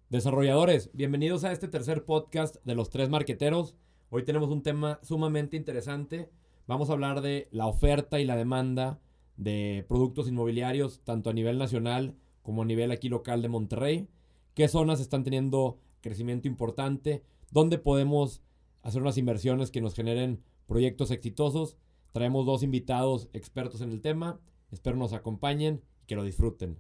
Desarrolladores, bienvenidos a este tercer podcast de los tres marqueteros. Hoy tenemos un tema sumamente interesante. Vamos a hablar de la oferta y la demanda de productos inmobiliarios, tanto a nivel nacional como a nivel aquí local de Monterrey. ¿Qué zonas están teniendo crecimiento importante? ¿Dónde podemos hacer unas inversiones que nos generen proyectos exitosos? Traemos dos invitados expertos en el tema. Espero nos acompañen y que lo disfruten.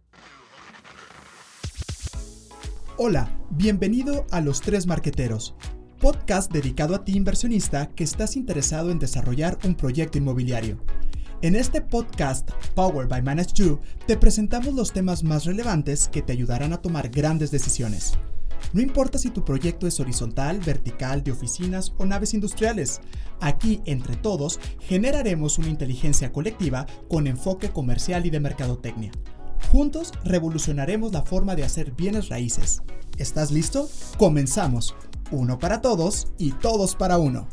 Hola, bienvenido a Los Tres Marqueteros, podcast dedicado a ti inversionista que estás interesado en desarrollar un proyecto inmobiliario. En este podcast, Powered by Manage2, te presentamos los temas más relevantes que te ayudarán a tomar grandes decisiones. No importa si tu proyecto es horizontal, vertical, de oficinas o naves industriales, aquí entre todos generaremos una inteligencia colectiva con enfoque comercial y de mercadotecnia. Juntos revolucionaremos la forma de hacer bienes raíces. ¿Estás listo? Comenzamos. Uno para todos y todos para uno.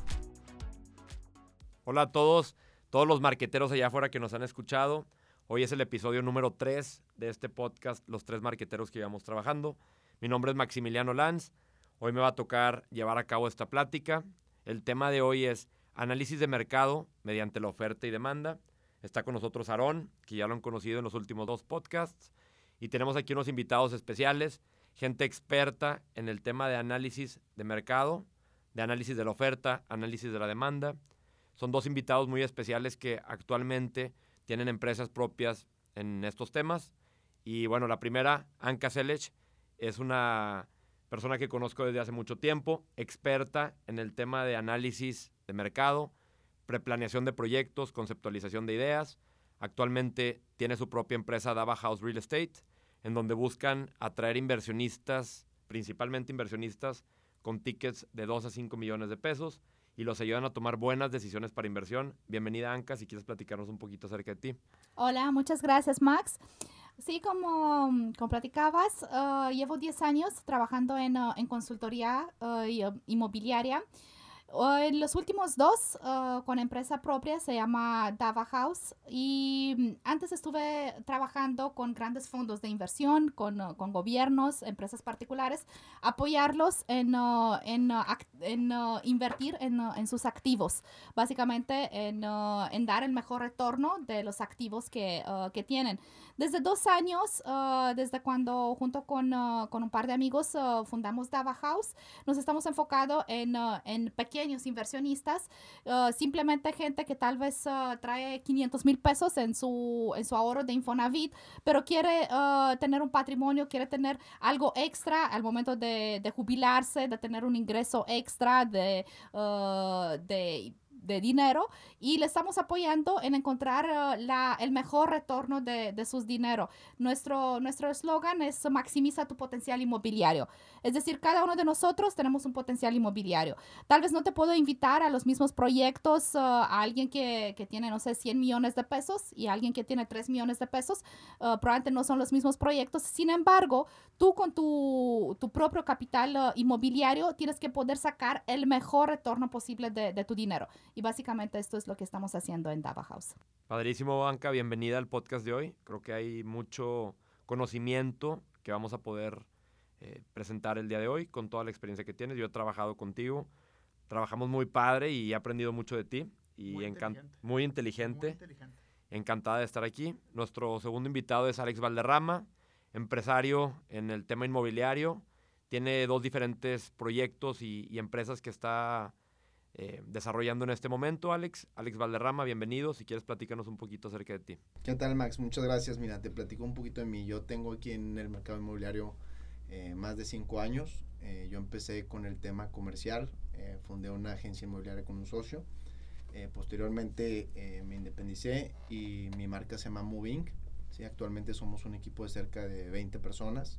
Hola a todos los marqueteros allá afuera que nos han escuchado. Hoy es el episodio número 3 de este podcast, Los Tres Marqueteros que llevamos trabajando. Mi nombre es Maximiliano Lanz. Hoy me va a tocar llevar a cabo esta plática. El tema de hoy es análisis de mercado mediante la oferta y demanda. Está con nosotros Aarón, que ya lo han conocido en los últimos 2 podcasts. Y tenemos aquí unos invitados especiales, gente experta en el tema de análisis de mercado, de análisis de la oferta, análisis de la demanda. Son 2 invitados muy especiales que actualmente tienen empresas propias en estos temas. Y bueno, la primera, Anka Selech, es una persona que conozco desde hace mucho tiempo, experta en el tema de análisis de mercado, preplaneación de proyectos, conceptualización de ideas. Actualmente tiene su propia empresa Dava House Real Estate, en donde buscan atraer inversionistas, principalmente inversionistas con tickets de 2 a 5 millones de pesos y los ayudan a tomar buenas decisiones para inversión. Bienvenida, Anka, si quieres platicarnos un poquito acerca de ti. Hola, muchas gracias, Max. Sí, como platicabas, llevo 10 años trabajando en consultoría inmobiliaria. En los últimos 2 con empresa propia, se llama Dava House, y antes estuve trabajando con grandes fondos de inversión, con gobiernos, empresas particulares, apoyarlos en invertir en sus activos, básicamente en dar el mejor retorno de los activos que tienen. Desde 2 años, desde cuando junto con un par de amigos fundamos Dava House, nos estamos enfocando en pequeños inversionistas, simplemente gente que tal vez trae 500,000 pesos en su ahorro de Infonavit, pero quiere tener un patrimonio, quiere tener algo extra al momento de jubilarse, de tener un ingreso extra de dinero, y le estamos apoyando en encontrar el mejor retorno de sus dinero. Nuestro eslogan es maximiza tu potencial inmobiliario. Es decir, cada uno de nosotros tenemos un potencial inmobiliario. Tal vez no te puedo invitar a los mismos proyectos a alguien que tiene, no sé, 100 millones de pesos y a alguien que tiene 3 millones de pesos. Probablemente no son los mismos proyectos. Sin embargo, tú con tu propio capital inmobiliario tienes que poder sacar el mejor retorno posible de tu dinero. Y básicamente esto es lo que estamos haciendo en Dava House. Padrísimo, Anka, bienvenida al podcast de hoy. Creo que hay mucho conocimiento que vamos a poder presentar el día de hoy con toda la experiencia que tienes. Yo he trabajado contigo, trabajamos muy padre y he aprendido mucho de ti. Y muy inteligente. Muy inteligente. Encantada de estar aquí. Nuestro segundo invitado es Alex Valderrama, empresario en el tema inmobiliario. Tiene 2 diferentes proyectos y empresas que está desarrollando en este momento. Alex Valderrama, bienvenido. Si quieres, platícanos un poquito acerca de ti. ¿Qué tal, Max? Muchas gracias. Mira, te platico un poquito de mí. Yo tengo aquí en el mercado inmobiliario más de 5 años. Yo empecé con el tema comercial. Fundé una agencia inmobiliaria con un socio. Posteriormente me independicé y mi marca se llama Moving. ¿Sí? Actualmente somos un equipo de cerca de 20 personas.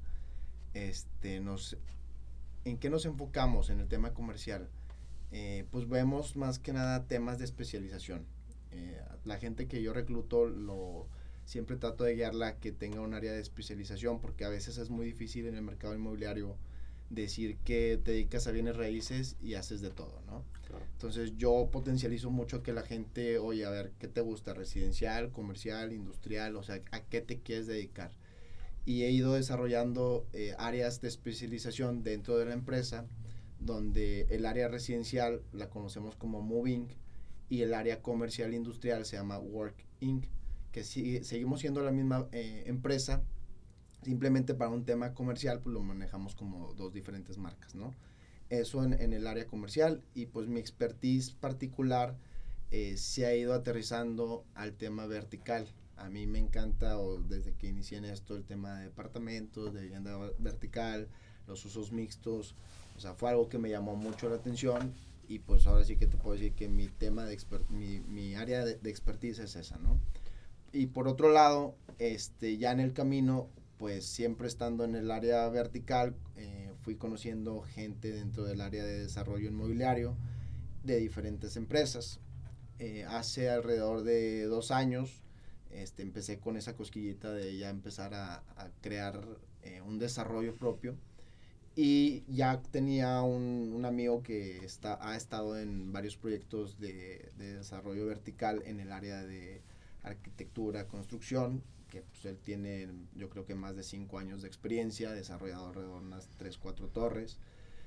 ¿En qué nos enfocamos en el tema comercial? Pues vemos más que nada temas de especialización. La gente que yo recluto siempre trato de guiarla a que tenga un área de especialización, porque a veces es muy difícil en el mercado inmobiliario decir que te dedicas a bienes raíces y haces de todo, ¿no? Claro. Entonces yo potencializo mucho que la gente, oye, a ver, ¿qué te gusta? ¿Residencial, comercial, industrial? O sea, ¿a qué te quieres dedicar? y he ido desarrollando áreas de especialización dentro de la empresa, donde el área residencial la conocemos como Move Inc. y el área comercial e industrial se llama Work Inc., que seguimos siendo la misma empresa, simplemente para un tema comercial pues lo manejamos como dos diferentes marcas, ¿no? Eso en el área comercial, y pues mi expertise particular se ha ido aterrizando al tema vertical. A mí me encanta, o desde que inicié en esto, el tema de departamentos, de vivienda vertical, los usos mixtos. O sea, fue algo que me llamó mucho la atención, y pues ahora sí que te puedo decir que mi tema de mi área de expertise es esa, ¿no? Y por otro lado, ya en el camino, pues siempre estando en el área vertical, fui conociendo gente dentro del área de desarrollo inmobiliario de diferentes empresas. Hace alrededor de 2 años, empecé con esa cosquillita de ya empezar a crear un desarrollo propio, y ya tenía un amigo que ha estado en varios proyectos de desarrollo vertical en el área de arquitectura, construcción, que pues él tiene, yo creo que más de 5 años de experiencia, desarrollado alrededor de unas 3, 4 torres,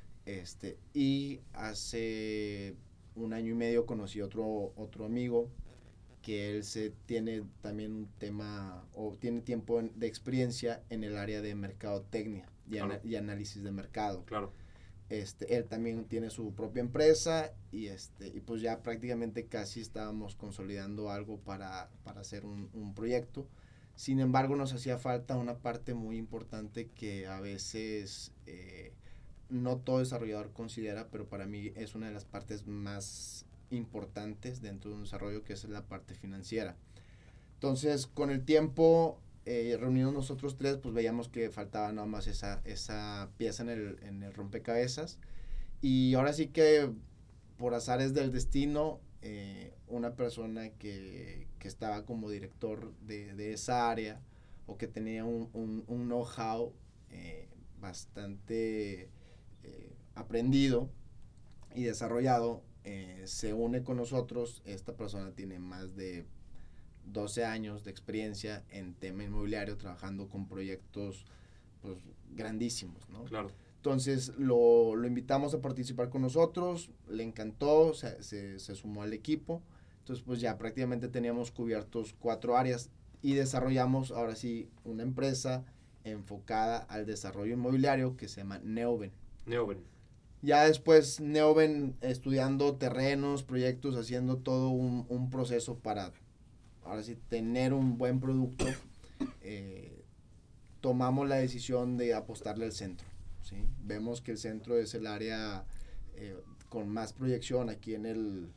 y hace 1 año y medio conocí otro amigo que él tiene también un tema, o tiene tiempo de experiencia en el área de mercadotecnia y análisis de mercado. Claro. Él también tiene su propia empresa, y pues ya prácticamente casi estábamos consolidando algo para hacer un proyecto. Sin embargo, nos hacía falta una parte muy importante que a veces no todo desarrollador considera, pero para mí es una de las partes más importantes dentro de un desarrollo, que es la parte financiera. Entonces, con el tiempo, reunidos nosotros tres, pues veíamos que faltaba nada más esa pieza en el rompecabezas, y ahora sí que por azares del destino, una persona que estaba como director de esa área, o que tenía un know-how bastante aprendido y desarrollado, se une con nosotros. Esta persona tiene más de 12 años de experiencia en tema inmobiliario, trabajando con proyectos pues grandísimos, ¿no? Claro. Entonces lo invitamos a participar con nosotros, le encantó, se sumó al equipo. Entonces pues ya prácticamente teníamos cubiertos 4 áreas, y desarrollamos ahora sí una empresa enfocada al desarrollo inmobiliario que se llama Neoven. Ya después Neoven, estudiando terrenos, proyectos, haciendo todo un proceso para ahora sí tener un buen producto, tomamos la decisión de apostarle al centro, ¿sí? Vemos que el centro es el área con más proyección aquí en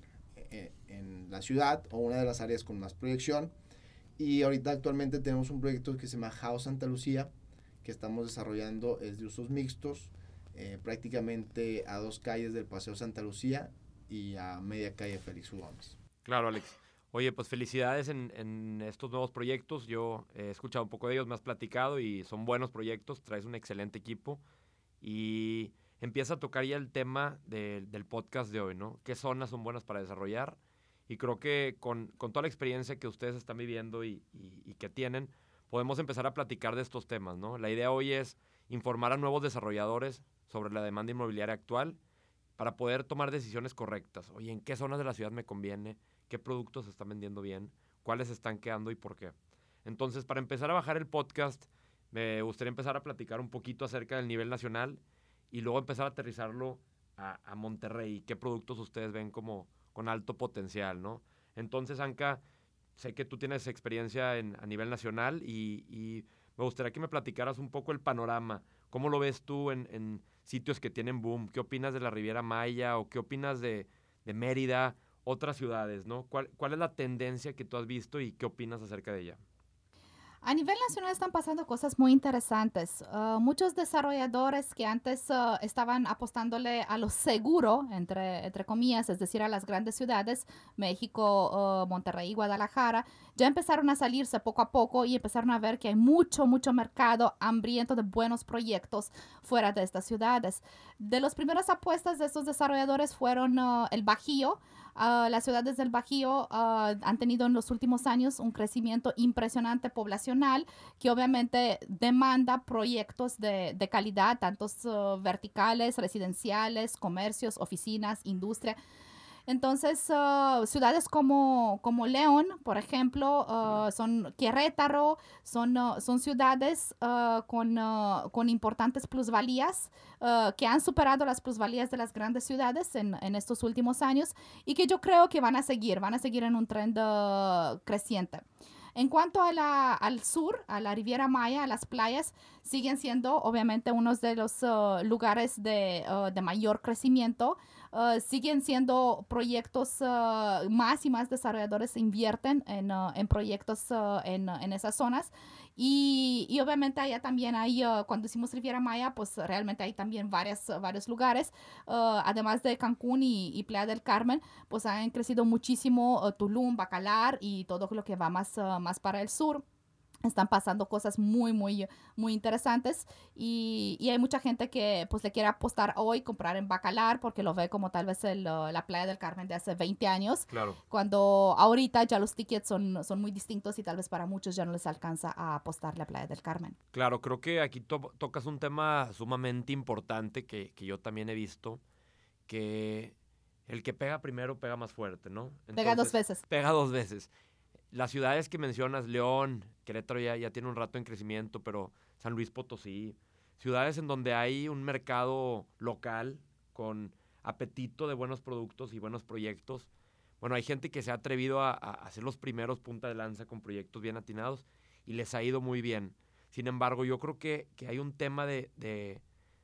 la ciudad, o una de las áreas con más proyección, y ahorita actualmente tenemos un proyecto que se llama House Santa Lucía, que estamos desarrollando, es de usos mixtos, prácticamente a 2 calles del Paseo Santa Lucía y a media calle Félix U. Gómez. Claro, Alex. Oye, pues felicidades en estos nuevos proyectos. Yo he escuchado un poco de ellos, me has platicado, y son buenos proyectos, traes un excelente equipo, y empieza a tocar ya el tema del podcast de hoy, ¿no? ¿Qué zonas son buenas para desarrollar? Y creo que con toda la experiencia que ustedes están viviendo y que tienen, podemos empezar a platicar de estos temas, ¿no? La idea hoy es informar a nuevos desarrolladores sobre la demanda inmobiliaria actual, para poder tomar decisiones correctas. Oye, ¿en qué zonas de la ciudad me conviene? ¿Qué productos se están vendiendo bien? ¿Cuáles se están quedando y por qué? Entonces, para empezar a bajar el podcast, me gustaría empezar a platicar un poquito acerca del nivel nacional, y luego empezar a aterrizarlo a Monterrey. ¿Qué productos ustedes ven como con alto potencial, ¿no? Entonces, Anka, sé que tú tienes experiencia a nivel nacional, y me gustaría que me platicaras un poco el panorama. ¿Cómo lo ves tú en sitios que tienen boom? ¿Qué opinas de la Riviera Maya, o qué opinas de Mérida, otras ciudades, ¿no? ¿Cuál es la tendencia que tú has visto y qué opinas acerca de ella? A nivel nacional están pasando cosas muy interesantes. Muchos desarrolladores que antes estaban apostándole a lo seguro, entre comillas, es decir, a las grandes ciudades, México, Monterrey, Guadalajara, ya empezaron a salirse poco a poco, y empezaron a ver que hay mucho mercado hambriento de buenos proyectos fuera de estas ciudades. De las primeras apuestas de estos desarrolladores fueron el Bajío. Las ciudades del Bajío han tenido en los últimos años un crecimiento impresionante poblacional, habitacional que obviamente demanda proyectos de calidad, tantos verticales, residenciales, comercios, oficinas, industria. Entonces, ciudades como León, por ejemplo, son Querétaro, son ciudades con importantes plusvalías que han superado las plusvalías de las grandes ciudades en estos últimos años y que yo creo que van a seguir en un trend creciente. En cuanto al sur, a la Riviera Maya, a las playas, siguen siendo obviamente uno de los lugares de mayor crecimiento. Siguen siendo proyectos, más y más desarrolladores invierten en proyectos en esas zonas. Y obviamente allá también hay, cuando hicimos Riviera Maya, pues realmente hay también varios lugares, además de Cancún y Playa del Carmen, pues han crecido muchísimo Tulum, Bacalar y todo lo que va más para el sur. Están pasando cosas muy, muy, muy interesantes y hay mucha gente que pues le quiere apostar hoy, comprar en Bacalar porque lo ve como tal vez la Playa del Carmen de hace 20 años. Claro. Cuando ahorita ya los tickets son muy distintos y tal vez para muchos ya no les alcanza a apostar la Playa del Carmen. Claro, creo que aquí tocas un tema sumamente importante que yo también he visto, que el que pega primero pega más fuerte, ¿no? Pega dos veces. Pega dos veces. Las ciudades que mencionas, León, Querétaro ya tiene un rato en crecimiento, pero San Luis Potosí, ciudades en donde hay un mercado local con apetito de buenos productos y buenos proyectos. Bueno, hay gente que se ha atrevido a hacer los primeros punta de lanza con proyectos bien atinados y les ha ido muy bien. Sin embargo, yo creo que hay un tema de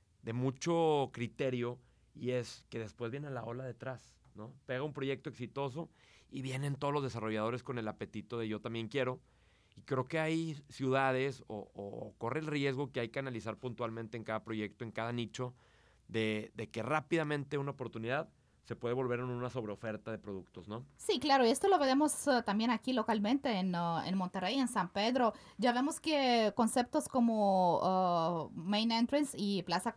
mucho criterio y es que después viene la ola detrás, ¿no? Pega un proyecto exitoso y vienen todos los desarrolladores con el apetito de yo también quiero. Y creo que hay ciudades o corre el riesgo que hay que analizar puntualmente en cada proyecto, en cada nicho, de que rápidamente una oportunidad se puede volver en una sobreoferta de productos, ¿no? Sí, claro, y esto lo vemos también aquí localmente en Monterrey, en San Pedro. Ya vemos que conceptos como Main Entrance y Plaza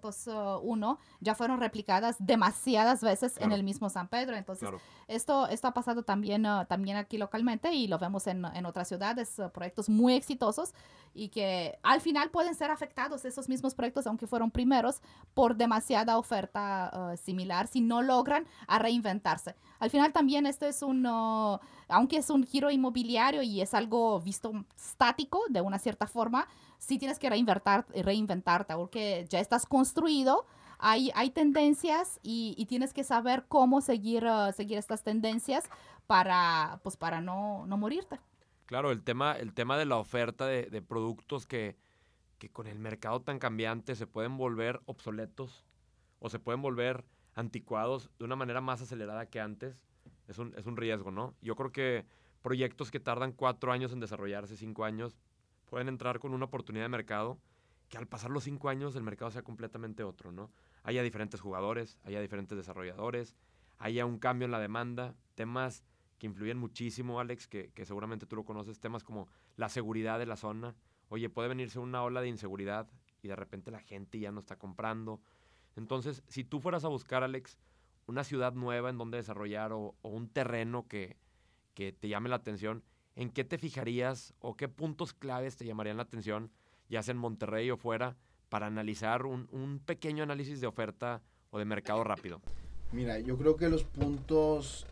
401 ya fueron replicadas demasiadas veces en el mismo San Pedro. Entonces, esto ha pasado también aquí localmente y lo vemos en otras ciudades, proyectos muy exitosos y que al final pueden ser afectados esos mismos proyectos, aunque fueron primeros, por demasiada oferta similar, si no logran a reinventarse. Al final también esto es aunque es un giro inmobiliario y es algo visto estático de una cierta forma, sí tienes que reinventarte porque ya estás construido, hay tendencias y tienes que saber cómo seguir estas tendencias para no morirte. Claro, el tema de la oferta de productos que con el mercado tan cambiante se pueden volver obsoletos o se pueden volver anticuados de una manera más acelerada que antes, es un riesgo, ¿no? Yo creo que proyectos que tardan 4 años en desarrollarse, 5 años, pueden entrar con una oportunidad de mercado que al pasar los 5 años el mercado sea completamente otro, ¿no? Haya diferentes jugadores, haya diferentes desarrolladores, haya un cambio en la demanda, temas que influyen muchísimo, Alex, que seguramente tú lo conoces, temas como la seguridad de la zona. Oye, puede venirse una ola de inseguridad y de repente la gente ya no está comprando. Entonces, si tú fueras a buscar, Alex, una ciudad nueva en donde desarrollar o un terreno que te llame la atención, ¿en qué te fijarías o qué puntos claves te llamarían la atención, ya sea en Monterrey o fuera, para analizar un pequeño análisis de oferta o de mercado rápido? Mira, yo creo que los puntos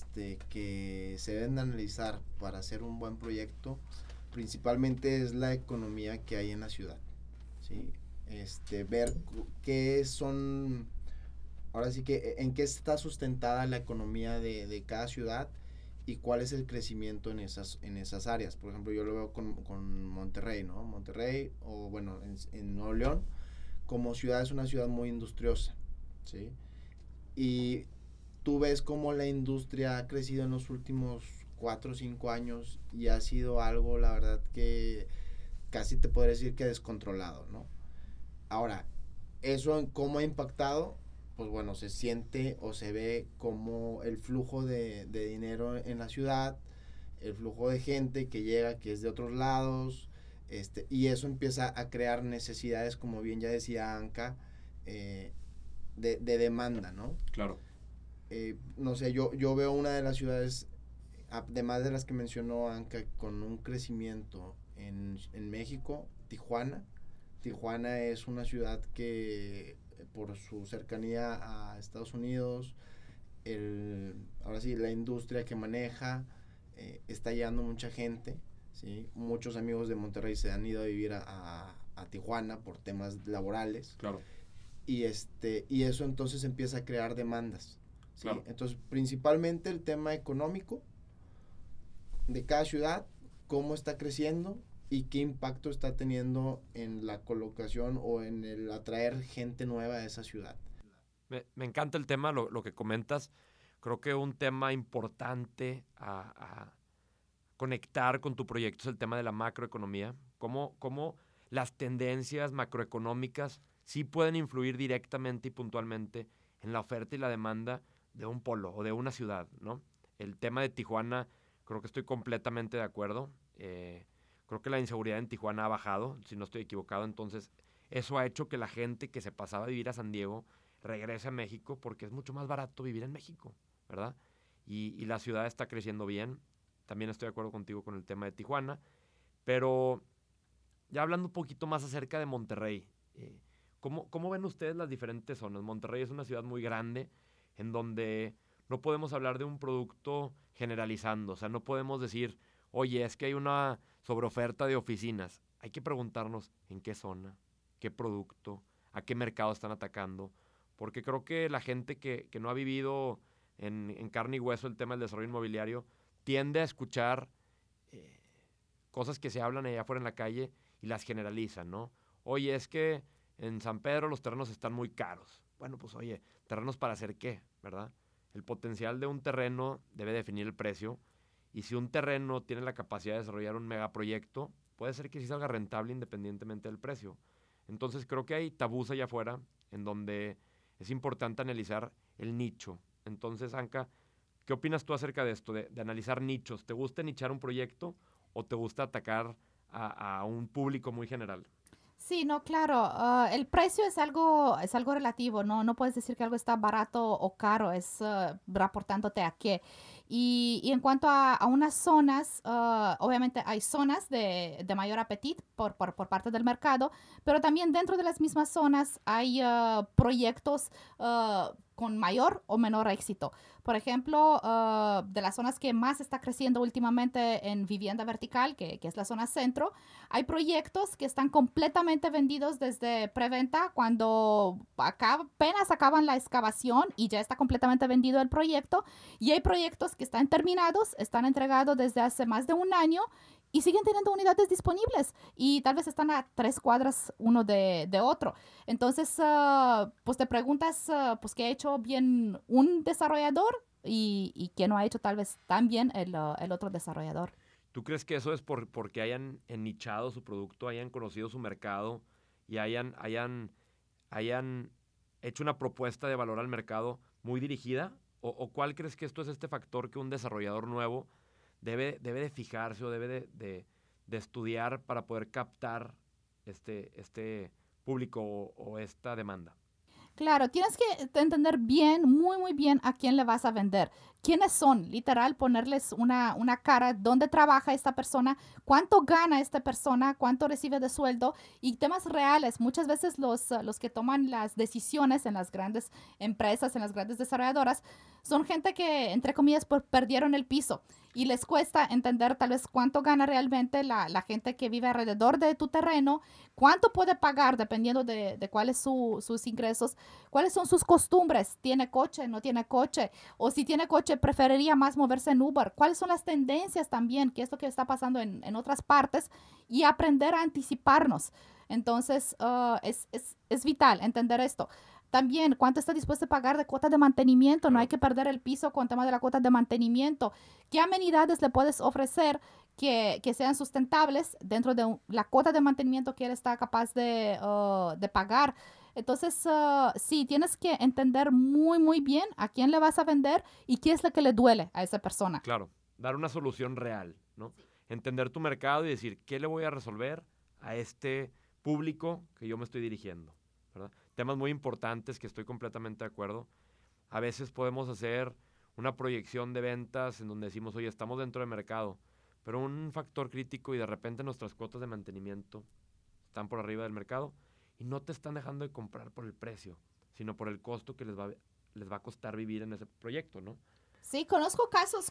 que se deben de analizar para hacer un buen proyecto, principalmente es la economía que hay en la ciudad, ¿sí? Ver qué son, ahora sí que en qué está sustentada la economía de cada ciudad y cuál es el crecimiento en esas áreas. Por ejemplo, yo lo veo con Monterrey, ¿no? Monterrey, o bueno, en Nuevo León, como ciudad es una ciudad muy industriosa, ¿sí? Y tú ves cómo la industria ha crecido en los últimos 4 o 5 años y ha sido algo, la verdad, que casi te podría decir que descontrolado, ¿no? Ahora, ¿eso en cómo ha impactado? Pues bueno, se siente o se ve como el flujo de dinero en la ciudad, el flujo de gente que llega, que es de otros lados, y eso empieza a crear necesidades, como bien ya decía Anka, de demanda, ¿no? Claro. No sé, yo veo una de las ciudades, además de las que mencionó Anka, con un crecimiento en México, Tijuana. Tijuana es una ciudad que por su cercanía a Estados Unidos, ahora sí, la industria que maneja, está llegando mucha gente, ¿sí? Muchos amigos de Monterrey se han ido a vivir a Tijuana por temas laborales. Claro. Y eso entonces empieza a crear demandas, ¿sí? Claro. Entonces, principalmente el tema económico de cada ciudad, cómo está creciendo y qué impacto está teniendo en la colocación o en el atraer gente nueva a esa ciudad. Me encanta el tema, lo que comentas. Creo que un tema importante a conectar con tu proyecto es el tema de la macroeconomía. Cómo las tendencias macroeconómicas sí pueden influir directamente y puntualmente en la oferta y la demanda de un polo o de una ciudad, ¿no? El tema de Tijuana, creo que estoy completamente de acuerdo. Creo que la inseguridad en Tijuana ha bajado, si no estoy equivocado. Entonces, eso ha hecho que la gente que se pasaba a vivir a San Diego regrese a México porque es mucho más barato vivir en México, ¿verdad? Y la ciudad está creciendo bien. También estoy de acuerdo contigo con el tema de Tijuana. Pero ya hablando un poquito más acerca de Monterrey, ¿cómo ven ustedes las diferentes zonas? Monterrey es una ciudad muy grande en donde no podemos hablar de un producto generalizando. O sea, no podemos decir, oye, es que hay una sobreoferta de oficinas. Hay que preguntarnos en qué zona, qué producto, a qué mercado están atacando. Porque creo que la gente que no ha vivido en carne y hueso el tema del desarrollo inmobiliario tiende a escuchar cosas que se hablan allá afuera en la calle y las generalizan, ¿no? Oye, es que en San Pedro los terrenos están muy caros. Bueno, pues oye, ¿terrenos para hacer qué, verdad? El potencial de un terreno debe definir el precio. Y si un terreno tiene la capacidad de desarrollar un megaproyecto, puede ser que sí salga rentable independientemente del precio. Entonces creo que hay tabús allá afuera en donde es importante analizar el nicho. Entonces, Anka, ¿qué opinas tú acerca de esto, de analizar nichos? ¿Te gusta nichar un proyecto o te gusta atacar a un público muy general? Sí, no, claro. El precio es algo relativo, ¿no? No puedes decir que algo está barato o caro, es reportándote a qué. Y en cuanto a unas zonas, obviamente hay zonas de mayor apetito por parte del mercado, pero también dentro de las mismas zonas hay proyectos con mayor o menor éxito. Por ejemplo, de las zonas que más está creciendo últimamente en vivienda vertical, que es la zona centro, hay proyectos que están completamente vendidos desde preventa cuando apenas acaban la excavación y ya está completamente vendido el proyecto. Y hay proyectos que están terminados, están entregados desde hace más de un año y siguen teniendo unidades disponibles y tal vez están a 3 cuadras uno de otro. Entonces, pues te preguntas, pues qué ha hecho bien un desarrollador y qué no ha hecho tal vez tan bien el otro desarrollador. ¿Tú crees que eso es porque hayan nichado su producto, hayan conocido su mercado y hayan hecho una propuesta de valor al mercado muy dirigida? ¿O cuál crees que esto es este factor que un desarrollador nuevo debe de fijarse o debe de estudiar para poder captar este público o esta demanda? Claro, tienes que entender bien, muy, muy bien a quién le vas a vender. ¿Quiénes son? Literal, ponerles una cara, dónde trabaja esta persona, cuánto gana esta persona, cuánto recibe de sueldo y temas reales. Muchas veces los que toman las decisiones en las grandes empresas, en las grandes desarrolladoras, son gente que, entre comillas, perdieron el piso y les cuesta entender tal vez cuánto gana realmente la gente que vive alrededor de tu terreno, cuánto puede pagar dependiendo de cuáles son sus ingresos, cuáles son sus costumbres, tiene coche, no tiene coche, o si tiene coche preferiría más moverse en Uber, cuáles son las tendencias también, qué es lo que está pasando en otras partes y aprender a anticiparnos. Entonces, es vital entender esto. También, ¿cuánto está dispuesto a pagar de cuotas de mantenimiento? No hay que perder el piso con el tema de la cuota de mantenimiento. ¿Qué amenidades le puedes ofrecer que sean sustentables dentro de la cuota de mantenimiento que él está capaz de pagar? Entonces, sí, tienes que entender muy, muy bien a quién le vas a vender y qué es lo que le duele a esa persona. Claro, dar una solución real, ¿no? Entender tu mercado y decir, ¿qué le voy a resolver a este público que yo me estoy dirigiendo? ¿Verdad? Temas muy importantes que estoy completamente de acuerdo. A veces podemos hacer una proyección de ventas en donde decimos, oye, estamos dentro del mercado, pero un factor crítico y de repente nuestras cuotas de mantenimiento están por arriba del mercado y no te están dejando de comprar por el precio, sino por el costo que les va a costar vivir en ese proyecto, ¿no? Sí, conozco casos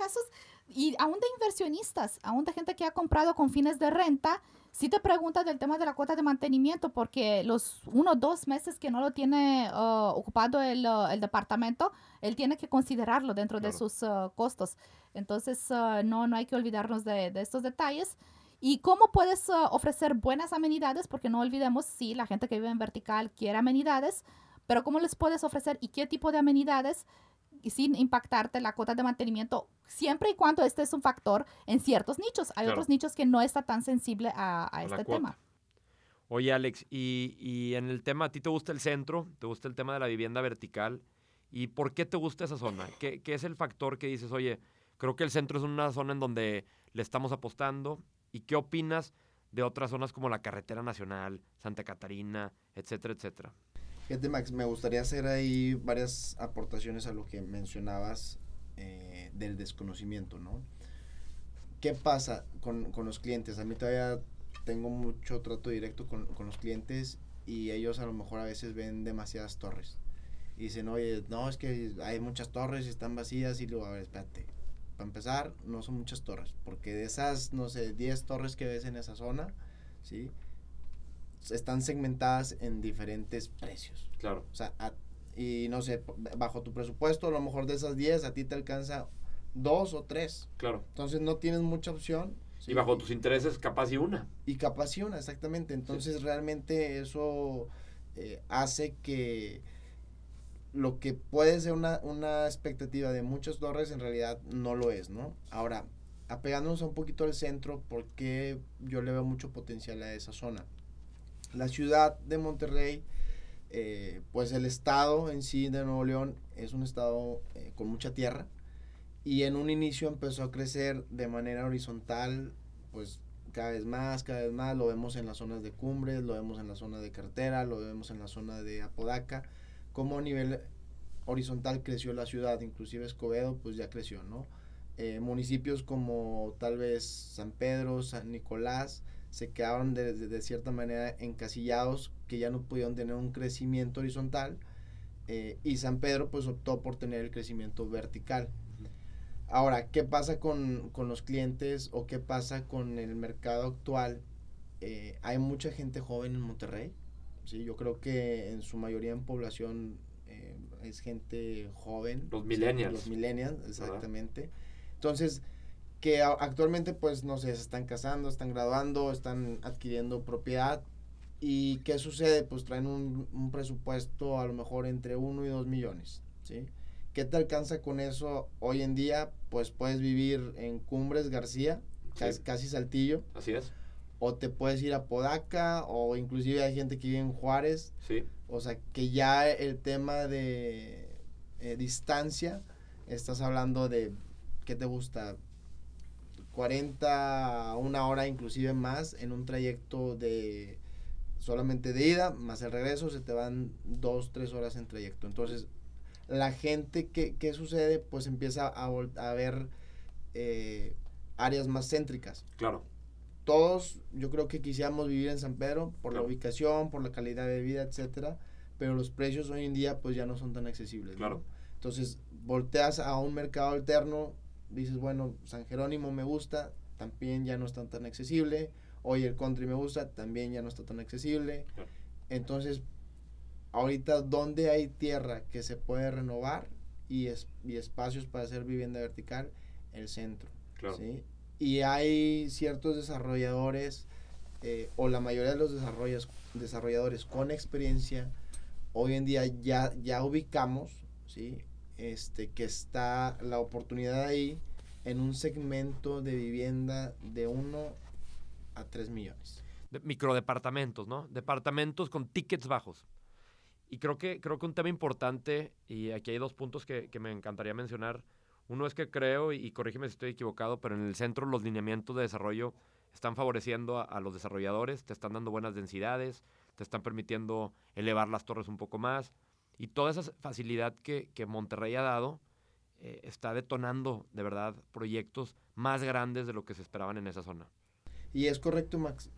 y aún de inversionistas, aún de gente que ha comprado con fines de renta, sí te preguntas del tema de la cuota de mantenimiento porque los 1 o 2 meses que no lo tiene ocupado el departamento, él tiene que considerarlo dentro de Claro. sus costos. Entonces, no hay que olvidarnos de estos detalles. ¿Y cómo puedes ofrecer buenas amenidades? Porque no olvidemos, sí, la gente que vive en vertical quiere amenidades, pero ¿cómo les puedes ofrecer y qué tipo de amenidades? Y sin impactarte la cuota de mantenimiento, siempre y cuando este es un factor en ciertos nichos. Hay Claro. otros nichos que no está tan sensible a la este cuota. tema. Oye, Alex, y en el tema, ¿a ti te gusta el centro? ¿Te gusta el tema de la vivienda vertical? ¿Y por qué te gusta esa zona? ¿Qué es el factor que dices, oye, creo que el centro es una zona en donde le estamos apostando? ¿Y qué opinas de otras zonas como la Carretera Nacional, Santa Catarina, etcétera, etcétera? Fíjate, Max, me gustaría hacer ahí varias aportaciones a lo que mencionabas del desconocimiento, ¿no? ¿Qué pasa con los clientes? A mí todavía tengo mucho trato directo con los clientes y ellos a lo mejor a veces ven demasiadas torres. Y dicen, oye, no, es que hay muchas torres y están vacías. Y luego, a ver, espérate. Para empezar, no son muchas torres. Porque de esas, no sé, 10 torres que ves en esa zona, ¿sí? Están segmentadas en diferentes precios. Claro. O sea, y no sé, bajo tu presupuesto, a lo mejor de esas 10 a ti te alcanza 2 o 3. Claro. Entonces no tienes mucha opción. ¿sí? Y bajo tus intereses, capaz y una. Y capaz y una, exactamente. Entonces sí. Realmente eso hace que lo que puede ser una expectativa de muchas torres en realidad no lo es, ¿no? Ahora, apegándonos un poquito al centro, porque yo le veo mucho potencial a esa zona. La ciudad de Monterrey, pues el estado en sí de Nuevo León es un estado con mucha tierra y en un inicio empezó a crecer de manera horizontal, pues cada vez más, lo vemos en las zonas de Cumbres, lo vemos en la zona de Carretera, lo vemos en la zona de Apodaca, como a nivel horizontal creció la ciudad, inclusive Escobedo pues ya creció, ¿no? Municipios como tal vez San Pedro, San Nicolás, se quedaron de cierta manera encasillados, que ya no pudieron tener un crecimiento horizontal, y San Pedro pues optó por tener el crecimiento vertical. Ahora, ¿qué pasa con los clientes o qué pasa con el mercado actual? Hay mucha gente joven en Monterrey, ¿sí? Yo creo que en su mayoría en población es gente joven. Los millennials. Los millennials, exactamente. ¿Verdad? Entonces, que actualmente pues no sé, se están casando, están graduando, están adquiriendo propiedad. ¿Y qué sucede? Pues traen un presupuesto a lo mejor entre 1 y 2 millones, ¿sí? ¿Qué te alcanza con eso hoy en día? Pues puedes vivir en Cumbres, García, sí. Casi Saltillo. Así es. O te puedes ir a Podaca, o inclusive hay gente que vive en Juárez. Sí. O sea, que ya el tema de distancia, estás hablando de, ¿qué te gusta? 40 a una hora, inclusive más, en un trayecto de solamente de ida, más el regreso, se te van 2-3 horas en trayecto. Entonces, la gente, ¿qué sucede? Pues empieza a ver áreas más céntricas. Claro. Todos, yo creo que quisiéramos vivir en San Pedro por claro. la ubicación, por la calidad de vida, etcétera, pero los precios hoy en día pues ya no son tan accesibles. Claro. ¿no? Entonces, volteas a un mercado alterno, dices, bueno, San Jerónimo me gusta, también ya no está tan accesible. Oye, el country me gusta, también ya no está tan accesible. Claro. Entonces, ahorita, ¿dónde hay tierra que se puede renovar y espacios para hacer vivienda vertical? El centro. Claro. ¿sí? Y hay ciertos desarrolladores, o la mayoría de los desarrolladores con experiencia, hoy en día ya ubicamos, ¿sí? Que está la oportunidad ahí en un segmento de vivienda de 1 a 3 millones. Microdepartamentos, ¿no? Departamentos con tickets bajos. Y creo que un tema importante, y aquí hay 2 puntos que me encantaría mencionar. Uno es que creo, y corrígeme si estoy equivocado, pero en el centro los lineamientos de desarrollo están favoreciendo a los desarrolladores, te están dando buenas densidades, te están permitiendo elevar las torres un poco más. Y toda esa facilidad que Monterrey ha dado está detonando, de verdad, proyectos más grandes de lo que se esperaban en esa zona. Y es correcto, Max.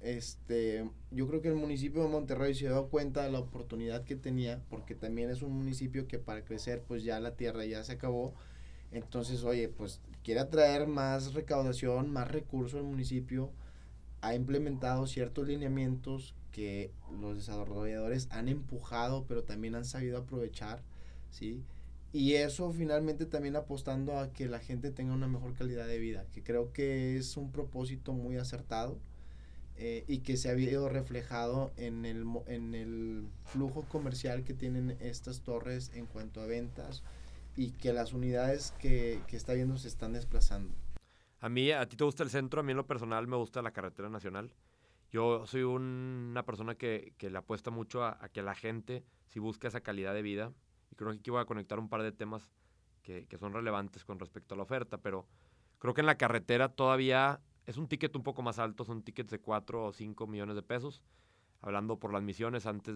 Yo creo que el municipio de Monterrey se dio cuenta de la oportunidad que tenía, porque también es un municipio que para crecer, pues ya la tierra ya se acabó. Entonces, oye, pues quiere atraer más recaudación, más recursos al municipio. Ha implementado ciertos lineamientos que los desarrolladores han empujado, pero también han sabido aprovechar, ¿sí? Y eso finalmente también apostando a que la gente tenga una mejor calidad de vida, que creo que es un propósito muy acertado, y que se ha visto reflejado en el flujo comercial que tienen estas torres en cuanto a ventas, y que las unidades que está viendo se están desplazando. A ti te gusta el centro, a mí en lo personal me gusta la carretera nacional. Yo soy una persona que le apuesta mucho a que la gente, si busca esa calidad de vida, y creo que aquí voy a conectar un par de temas que son relevantes con respecto a la oferta, pero creo que en la carretera todavía es un ticket un poco más alto, son tickets de 4 o 5 millones de pesos, hablando por las misiones antes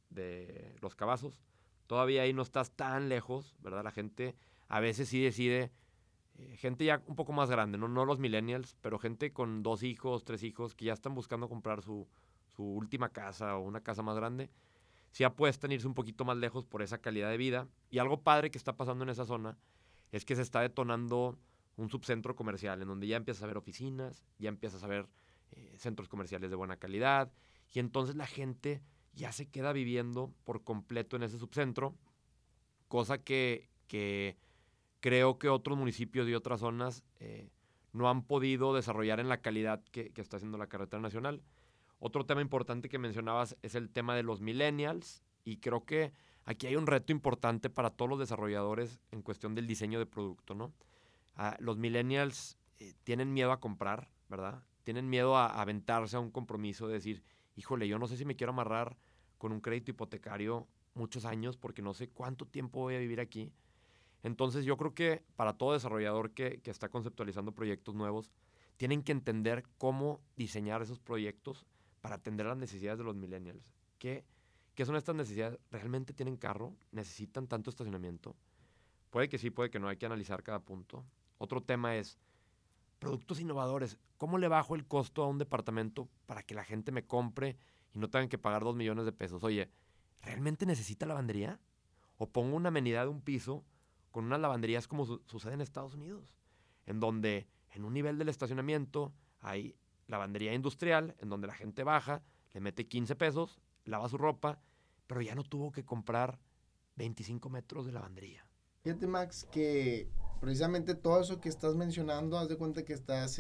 de Los Cabazos. Todavía ahí no estás tan lejos, ¿verdad? La gente a veces sí decide, gente ya un poco más grande, no los millennials, pero gente con 2 hijos, 3 hijos, que ya están buscando comprar su última casa o una casa más grande, sí apuestan a irse un poquito más lejos por esa calidad de vida. Y algo padre que está pasando en esa zona es que se está detonando un subcentro comercial en donde ya empiezas a ver oficinas, ya empiezas a ver centros comerciales de buena calidad, y entonces la gente ya se queda viviendo por completo en ese subcentro, cosa que creo que otros municipios y otras zonas no han podido desarrollar en la calidad que está haciendo la carretera nacional. Otro tema importante que mencionabas es el tema de los millennials, y creo que aquí hay un reto importante para todos los desarrolladores en cuestión del diseño de producto, ¿no? Los millennials tienen miedo a comprar, ¿verdad? Tienen miedo a aventarse a un compromiso de decir, híjole, yo no sé si me quiero amarrar con un crédito hipotecario muchos años porque no sé cuánto tiempo voy a vivir aquí. Entonces yo creo que para todo desarrollador que está conceptualizando proyectos nuevos, tienen que entender cómo diseñar esos proyectos para atender las necesidades de los millennials. ¿Qué son estas necesidades? ¿Realmente tienen carro? ¿Necesitan tanto estacionamiento? Puede que sí, puede que no, hay que analizar cada punto. Otro tema es productos innovadores. ¿Cómo le bajo el costo a un departamento para que la gente me compre y no tengan que pagar 2 millones de pesos? Oye, ¿realmente necesita lavandería? ¿O pongo una amenidad de un piso con unas lavanderías como sucede en Estados Unidos? En donde en un nivel del estacionamiento hay lavandería industrial, en donde la gente baja, le mete 15 pesos, lava su ropa, pero ya no tuvo que comprar 25 metros de lavandería. Fíjate, Max, que precisamente todo eso que estás mencionando, haz de cuenta que estás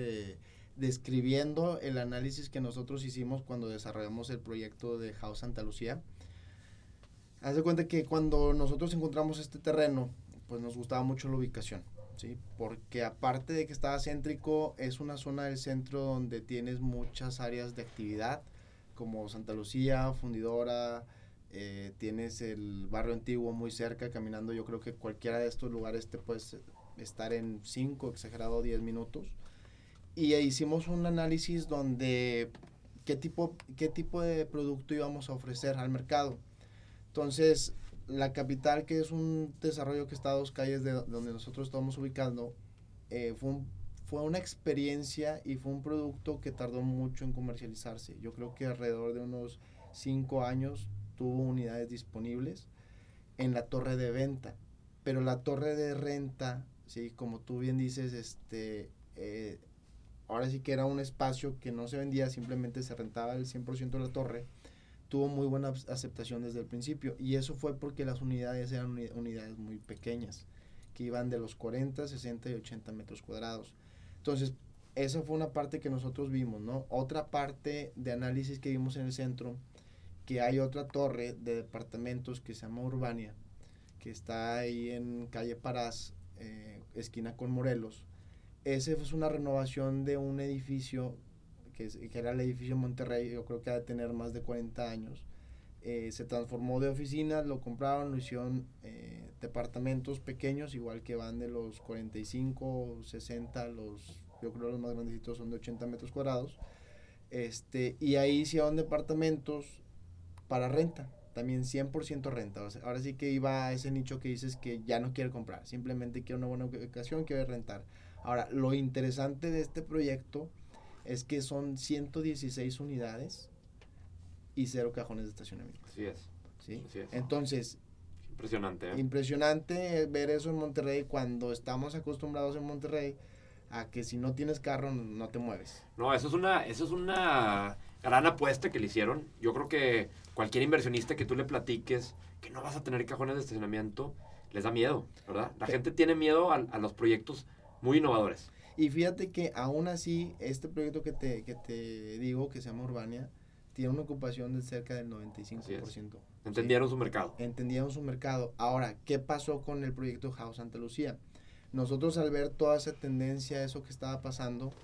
describiendo el análisis que nosotros hicimos cuando desarrollamos el proyecto de House Santa Lucía. Haz de cuenta que cuando nosotros encontramos este terreno, pues nos gustaba mucho la ubicación, ¿sí? Porque aparte de que estaba céntrico, es una zona del centro donde tienes muchas áreas de actividad, como Santa Lucía, Fundidora, tienes el barrio antiguo muy cerca, caminando. Yo creo que cualquiera de estos lugares te puedes estar en 5, exagerado 10 minutos. Y hicimos un análisis donde qué tipo de producto íbamos a ofrecer al mercado. Entonces, la capital, que es un desarrollo que está a 2 calles de donde nosotros estamos ubicando, fue una experiencia y fue un producto que tardó mucho en comercializarse. Yo creo que alrededor de unos 5 años tuvo unidades disponibles en la torre de venta, pero la torre de renta, sí, como tú bien dices, ahora sí que era un espacio que no se vendía, simplemente se rentaba el 100% de la torre. Tuvo muy buena aceptación desde el principio, y eso fue porque las unidades eran unidades muy pequeñas, que iban de los 40, 60 y 80 metros cuadrados. Entonces, esa fue una parte que nosotros vimos, ¿no? Otra parte de análisis que vimos en el centro, que hay otra torre de departamentos que se llama Urbania, que está ahí en calle Parás, esquina con Morelos. Ese es una renovación de un edificio que era el edificio Monterrey. Yo creo que ha de tener más de 40 años. Se transformó de oficinas, lo compraron, lo hicieron departamentos pequeños, igual que van de los 45, 60, yo creo los más grandecitos son de 80 metros cuadrados. Y ahí hicieron departamentos para renta. también 100% renta. O sea, ahora sí que iba a ese nicho que dices que ya no quiere comprar, simplemente quiere una buena ubicación, quiere rentar. Ahora, lo interesante de este proyecto es que son 116 unidades y 0 cajones de estacionamiento. Así es. ¿Sí? Así es. Entonces, Impresionante, ¿eh? impresionante ver eso en Monterrey cuando estamos acostumbrados en Monterrey a que si no tienes carro no te mueves. No, eso es una gran apuesta que le hicieron. Yo creo que cualquier inversionista que tú le platiques que no vas a tener cajones de estacionamiento, les da miedo, ¿verdad? La gente tiene miedo a los proyectos muy innovadores. Y fíjate que aún así, este proyecto que te digo, que se llama Urbania, tiene una ocupación de cerca del 95%. Entendieron su mercado. Entendieron su mercado. Ahora, ¿qué pasó con el proyecto House Santa Lucía? Nosotros al ver toda esa tendencia, eso que estaba pasando,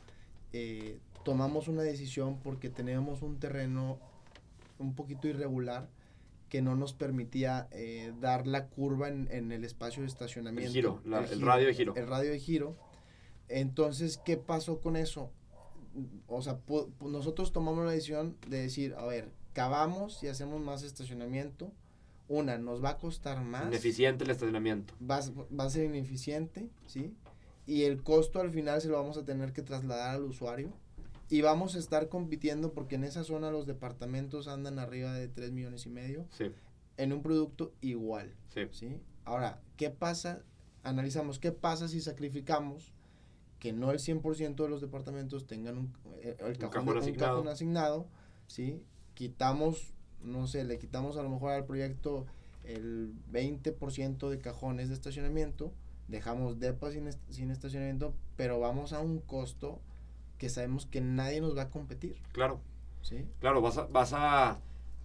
tomamos una decisión porque teníamos un terreno un poquito irregular que no nos permitía dar la curva en el espacio de estacionamiento. El radio de giro. El radio de giro. Entonces, ¿qué pasó con eso? O sea, nosotros tomamos la decisión de decir, a ver, cavamos y hacemos más estacionamiento. Una, nos va a costar más. Ineficiente el estacionamiento. Va a ser ineficiente, ¿sí? Y el costo al final se lo vamos a tener que trasladar al usuario. Y vamos a estar compitiendo porque en esa zona los departamentos andan arriba de 3.5 millones. Sí. En un producto igual. Sí. ¿Sí? Ahora, ¿qué pasa? Analizamos qué pasa si sacrificamos que no el 100% de los departamentos tengan un cajón asignado, ¿sí? Quitamos, no sé, le quitamos a lo mejor al proyecto el 20% de cajones de estacionamiento, dejamos depas sin estacionamiento, pero vamos a un costo que sabemos que nadie nos va a competir. Claro. ¿Sí? Claro, vas a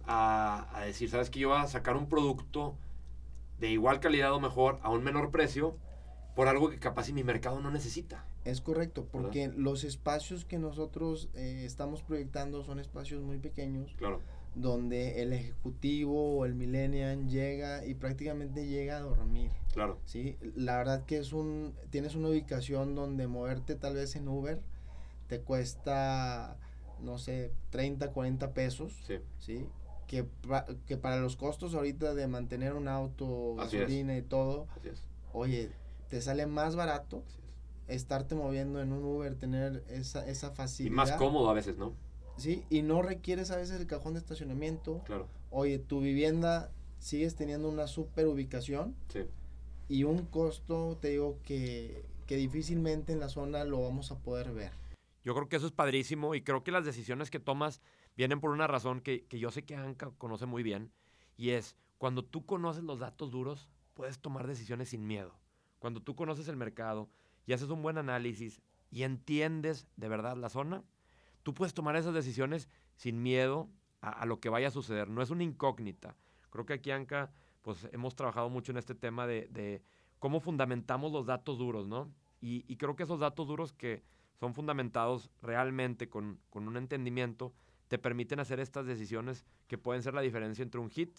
decir, ¿sabes qué? Yo voy a sacar un producto de igual calidad o mejor a un menor precio por algo que capaz mi mercado no necesita. Es correcto, porque los espacios que nosotros estamos proyectando son espacios muy pequeños, claro, donde el ejecutivo o el millennial llega y prácticamente llega a dormir. Claro. ¿Sí? La verdad que tienes una ubicación donde moverte tal vez en Uber te cuesta, no sé, 30, 40 pesos. Sí. ¿Sí? Que para los costos ahorita de mantener un auto, gasolina y todo, oye, te sale más barato estarte moviendo en un Uber, tener esa facilidad. Y más cómodo a veces, ¿no? Sí, y no requieres a veces el cajón de estacionamiento. Claro. Oye, tu vivienda sigues teniendo una super ubicación. Sí. Y un costo, te digo, que difícilmente en la zona lo vamos a poder ver. Yo creo que eso es padrísimo y creo que las decisiones que tomas vienen por una razón que yo sé que Anka conoce muy bien, y es cuando tú conoces los datos duros, puedes tomar decisiones sin miedo. Cuando tú conoces el mercado y haces un buen análisis y entiendes de verdad la zona, tú puedes tomar esas decisiones sin miedo a lo que vaya a suceder. No es una incógnita. Creo que aquí, Anka, pues hemos trabajado mucho en este tema de cómo fundamentamos los datos duros, ¿no? Y creo que esos datos duros que son fundamentados realmente con un entendimiento te permiten hacer estas decisiones que pueden ser la diferencia entre un hit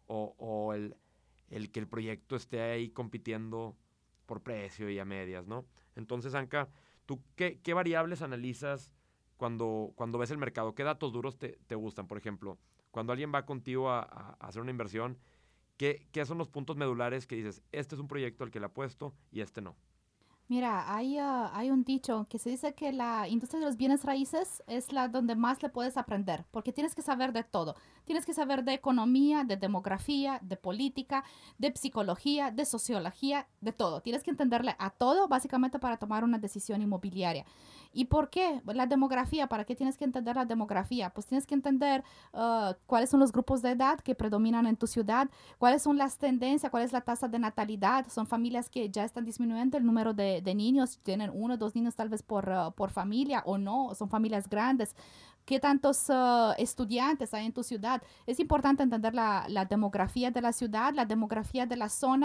o el que el proyecto esté ahí compitiendo por precio y a medias, ¿no? Entonces, Anka, ¿tú qué variables analizas cuando ves el mercado? ¿Qué datos duros te gustan? Por ejemplo, cuando alguien va contigo a hacer una inversión, ¿qué son los puntos medulares que dices, este es un proyecto al que le apuesto y este no? Mira, hay un dicho que se dice que la industria de los bienes raíces es la donde más le puedes aprender, porque tienes que saber de todo. Tienes que saber de economía, de demografía, de política, de psicología, de sociología, de todo. Tienes que entenderle a todo básicamente para tomar una decisión inmobiliaria. ¿Y por qué? La demografía, ¿para qué tienes que entender la demografía? Pues tienes que entender cuáles son los grupos de edad que predominan en tu ciudad, cuáles son las tendencias, cuál es la tasa de natalidad. Son familias que ya están disminuyendo el número de niños, tienen 1 o 2 niños tal vez por familia o no, son familias grandes. ¿Qué tantos estudiantes hay en tu ciudad? Es importante entender la demografía de la ciudad, la demografía de la zona.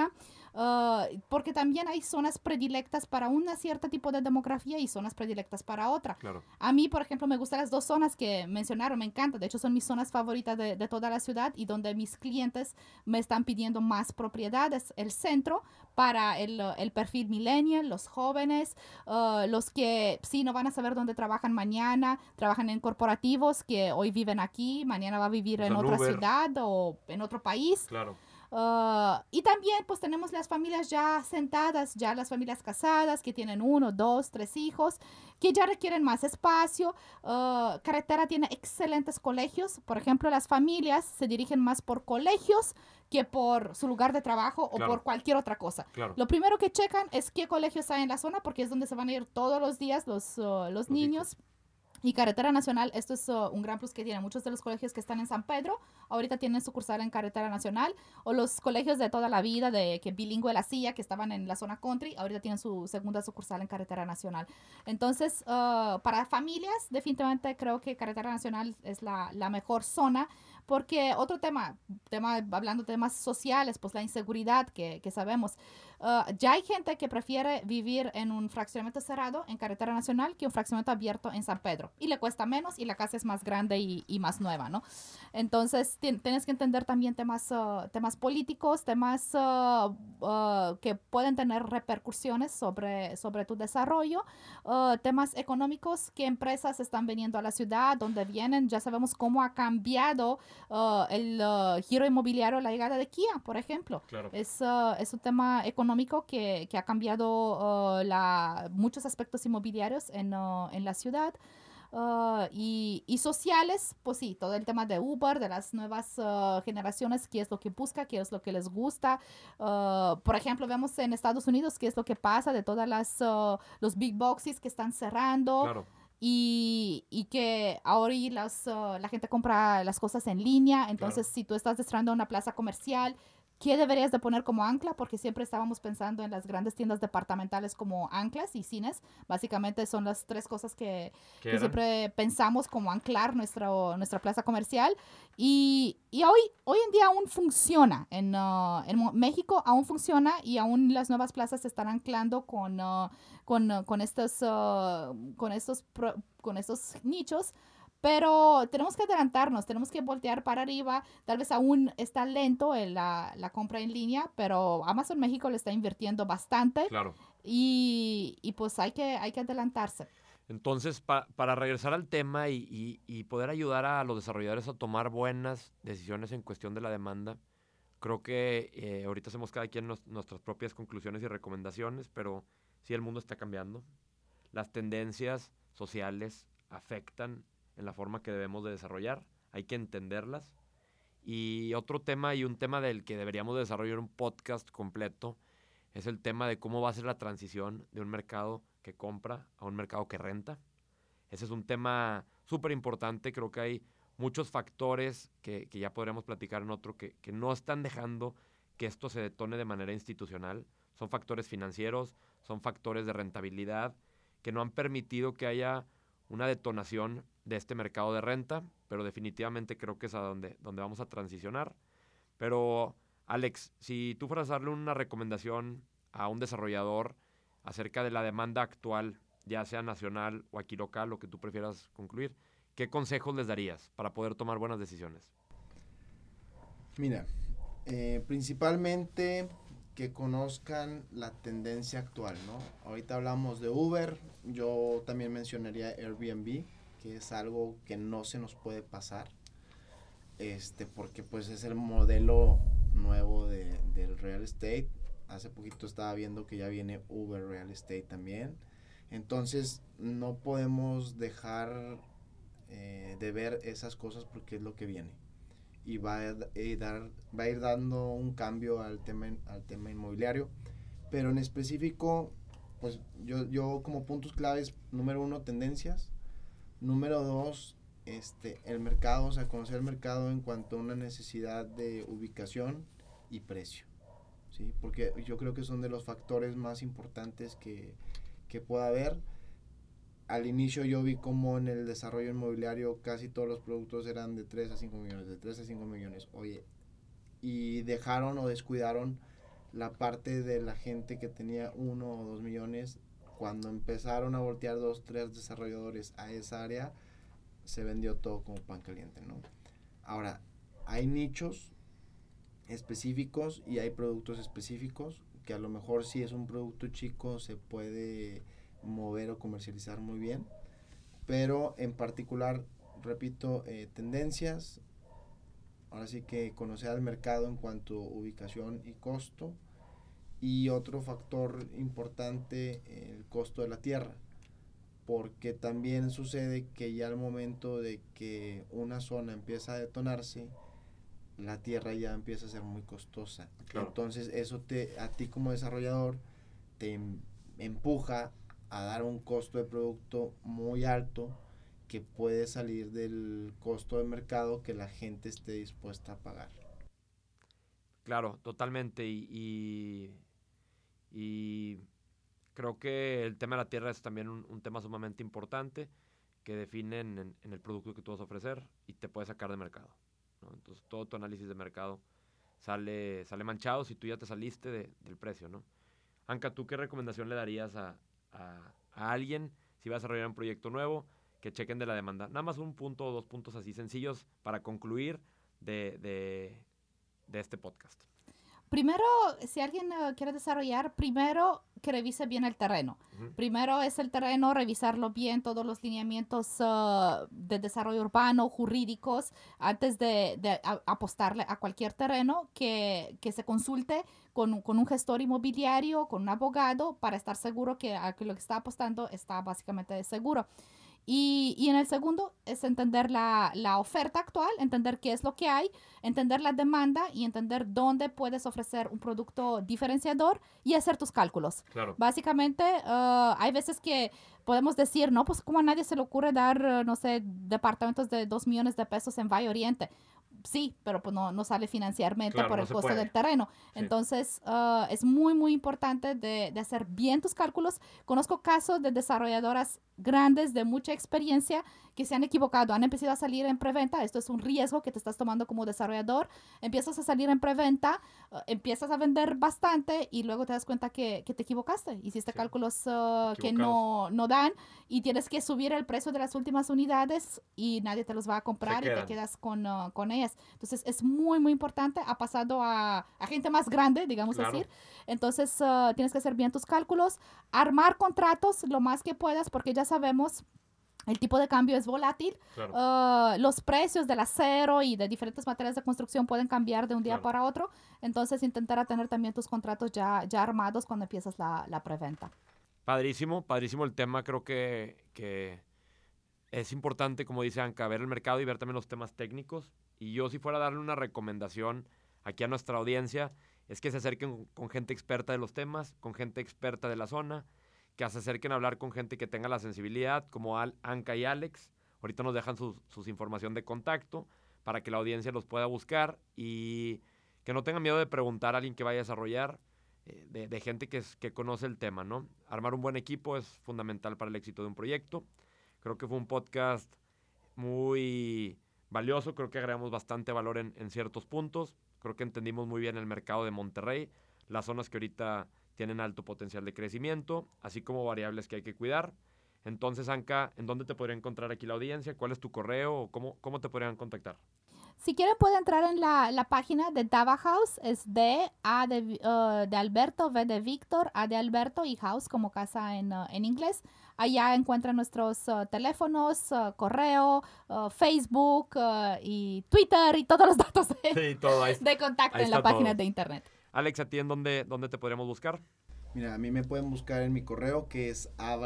porque también hay zonas predilectas para una cierta tipo de demografía y zonas predilectas para otra. Claro. A mí, por ejemplo, me gustan las dos zonas que mencionaron, me encantan. De hecho, son mis zonas favoritas de toda la ciudad y donde mis clientes me están pidiendo más propiedades. El centro para el perfil millennial, los jóvenes, los que sí no van a saber dónde trabajan mañana, trabajan en corporativos que hoy viven aquí, mañana va a vivir en otra ciudad o en otro país. Claro. Y también pues tenemos las familias ya sentadas, ya las familias casadas que tienen 1, 2, 3 hijos, que ya requieren más espacio. Carretera tiene excelentes colegios. Por ejemplo, las familias se dirigen más por colegios que por su lugar de trabajo o por cualquier otra cosa. Claro. Lo primero que checan es qué colegios hay en la zona porque es donde se van a ir todos los días los niños. Hijos. Y Carretera Nacional, esto es un gran plus que tiene. Muchos de los colegios que están en San Pedro, ahorita tienen sucursal en Carretera Nacional, o los colegios de toda la vida, que bilingüe La Silla, que estaban en la zona country, ahorita tienen su segunda sucursal en Carretera Nacional. Entonces, para familias, definitivamente creo que Carretera Nacional es la mejor zona, porque otro tema, hablando de temas sociales, pues la inseguridad que sabemos. Ya hay gente que prefiere vivir en un fraccionamiento cerrado en Carretera Nacional que un fraccionamiento abierto en San Pedro. Y le cuesta menos y la casa es más grande y más nueva, ¿no? Entonces, tienes que entender también temas políticos, temas que pueden tener repercusiones sobre tu desarrollo, temas económicos, qué empresas están viniendo a la ciudad, dónde vienen. Ya sabemos cómo ha cambiado el giro inmobiliario, la llegada de Kia, por ejemplo. Claro. Es un tema económico que ha cambiado muchos aspectos inmobiliarios en la ciudad. Y sociales, pues sí, todo el tema de Uber, de las nuevas generaciones, qué es lo que busca, qué es lo que les gusta. Por ejemplo, vemos en Estados Unidos qué es lo que pasa de todas los big boxes que están cerrando. Claro. Y que ahora la gente compra las cosas en línea. Entonces, si tú estás entrando a una plaza comercial, ¿qué deberías de poner como ancla? Porque siempre estábamos pensando en las grandes tiendas departamentales como anclas y cines. Básicamente son las tres cosas que siempre pensamos como anclar nuestra plaza comercial. Y hoy en día aún funciona. En México aún funciona y aún las nuevas plazas se están anclando con estos nichos. Pero tenemos que adelantarnos, tenemos que voltear para arriba. Tal vez aún está lento la compra en línea, pero Amazon México le está invirtiendo bastante. Claro. Y pues hay que adelantarse. Entonces, para regresar al tema y poder ayudar a los desarrolladores a tomar buenas decisiones en cuestión de la demanda, creo que ahorita hacemos cada quien nuestras propias conclusiones y recomendaciones, pero sí el mundo está cambiando. Las tendencias sociales afectan en la forma que debemos de desarrollar, hay que entenderlas. Y otro tema y un tema del que deberíamos de desarrollar un podcast completo es el tema de cómo va a ser la transición de un mercado que compra a un mercado que renta. Ese es un tema súper importante, creo que hay muchos factores que ya podríamos platicar en otro que no están dejando que esto se detone de manera institucional. Son factores financieros, son factores de rentabilidad que no han permitido que haya una detonación de este mercado de renta, pero definitivamente creo que es a donde vamos a transicionar. Pero, Alex, si tú fueras a darle una recomendación a un desarrollador acerca de la demanda actual, ya sea nacional o aquí local, lo que tú prefieras concluir, ¿qué consejos les darías para poder tomar buenas decisiones? Mira, principalmente que conozcan la tendencia actual, ¿no? Ahorita hablamos de Uber, yo también mencionaría Airbnb, que es algo que no se nos puede pasar, porque pues es el modelo nuevo del real estate. Hace poquito estaba viendo que ya viene Uber Real Estate también. Entonces no podemos dejar de ver esas cosas porque es lo que viene. Y va a ir dando un cambio al tema inmobiliario. Pero en específico, pues yo como puntos claves, número 1, tendencias. Número 2, el mercado, o sea, conocer el mercado en cuanto a una necesidad de ubicación y precio. ¿Sí? Porque yo creo que son de los factores más importantes que pueda haber. Al inicio yo vi como en el desarrollo inmobiliario casi todos los productos eran de 3 a 5 millones, de 3 a 5 millones. Oye, y dejaron o descuidaron la parte de la gente que tenía 1 o 2 millones, cuando empezaron a voltear 2, 3 desarrolladores a esa área, se vendió todo como pan caliente, ¿no? Ahora, hay nichos específicos y hay productos específicos que a lo mejor si es un producto chico se puede mover o comercializar muy bien, pero en particular, repito, tendencias, ahora sí que conocer al mercado en cuanto a ubicación y costo, y otro factor importante, el costo de la tierra, porque también sucede que ya al momento de que una zona empieza a detonarse, la tierra ya empieza a ser muy costosa. Claro. Entonces eso a ti como desarrollador te empuja a dar un costo de producto muy alto que puede salir del costo de mercado que la gente esté dispuesta a pagar. Claro, totalmente. Y creo que el tema de la tierra es también un tema sumamente importante que define en el producto que tú vas a ofrecer y te puede sacar de mercado, ¿no? Entonces, todo tu análisis de mercado sale manchado si tú ya te saliste del precio, ¿no? Anka, ¿tú qué recomendación le darías a alguien si va a desarrollar un proyecto nuevo que chequen de la demanda? Nada más un punto o 2 puntos así sencillos para concluir de este podcast. Primero, si alguien quiere desarrollar, primero que revise bien el terreno. Uh-huh. Primero es el terreno, revisarlo bien, todos los lineamientos de desarrollo urbano, jurídicos, antes de apostarle a cualquier terreno, que se consulte con un gestor inmobiliario, con un abogado, para estar seguro que lo que está apostando está básicamente seguro. Y en el segundo es entender la oferta actual, entender qué es lo que hay, entender la demanda y entender dónde puedes ofrecer un producto diferenciador y hacer tus cálculos. Claro. Básicamente, hay veces que podemos decir, no, pues como a nadie se le ocurre dar, no sé, departamentos de 2 millones de pesos en Valle Oriente. Sí, pero pues no sale financieramente, claro, por no el se costo puede. del terreno. Sí. Entonces, es muy, muy importante de hacer bien tus cálculos. Conozco casos de desarrolladoras grandes de mucha experiencia que se han equivocado, han empezado a salir en preventa. Esto es un riesgo que te estás tomando como desarrollador. Empiezas a salir en preventa, empiezas a vender bastante y luego te das cuenta que te equivocaste. Hiciste cálculos que no dan y tienes que subir el precio de las últimas unidades y nadie te los va a comprar y te quedas con ellas. Entonces es muy, muy importante. Ha pasado a gente más grande, digamos así. Entonces tienes que hacer bien tus cálculos, armar contratos lo más que puedas, porque ya sabemos el tipo de cambio es volátil. Los precios del acero y de diferentes materiales de construcción pueden cambiar de un día para otro. Entonces intentar tener también tus contratos ya armados cuando empiezas la preventa. Padrísimo el tema. Creo que es importante, como dice Anka, ver el mercado y ver también los temas técnicos. Y yo, si fuera a darle una recomendación aquí a nuestra audiencia, es que se acerquen con gente experta de los temas, con gente experta de la zona, que se acerquen a hablar con gente que tenga la sensibilidad, como Anka y Alex. Ahorita nos dejan sus información de contacto para que la audiencia los pueda buscar y que no tengan miedo de preguntar a alguien que vaya a desarrollar, de gente que conoce el tema, ¿no? Armar un buen equipo es fundamental para el éxito de un proyecto. Creo que fue un podcast muy valioso, creo que agregamos bastante valor en ciertos puntos. Creo que entendimos muy bien el mercado de Monterrey, las zonas que ahorita tienen alto potencial de crecimiento, así como variables que hay que cuidar. Entonces, Anka, ¿en dónde te podría encontrar aquí la audiencia? ¿Cuál es tu correo? ¿O cómo te podrían contactar? Si quieren, pueden entrar en la página de Dava House. Es A de Alberto, V de Víctor, A de Alberto y House como casa en inglés. Allá encuentran nuestros teléfonos, correo, Facebook y Twitter y todos los datos de contacto en la página de internet. Alex, ¿a ti en dónde te podríamos buscar? Mira, a mí me pueden buscar en mi correo, que es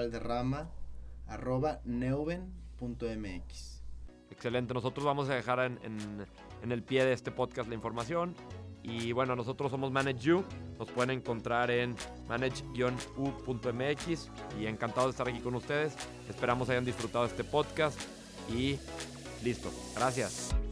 avalderrama@neuven.mx. Excelente, nosotros vamos a dejar en el pie de este podcast la información. Y bueno, nosotros somos ManageU, nos pueden encontrar en manage-u.mx y encantado de estar aquí con ustedes. Esperamos hayan disfrutado este podcast y listo. Gracias.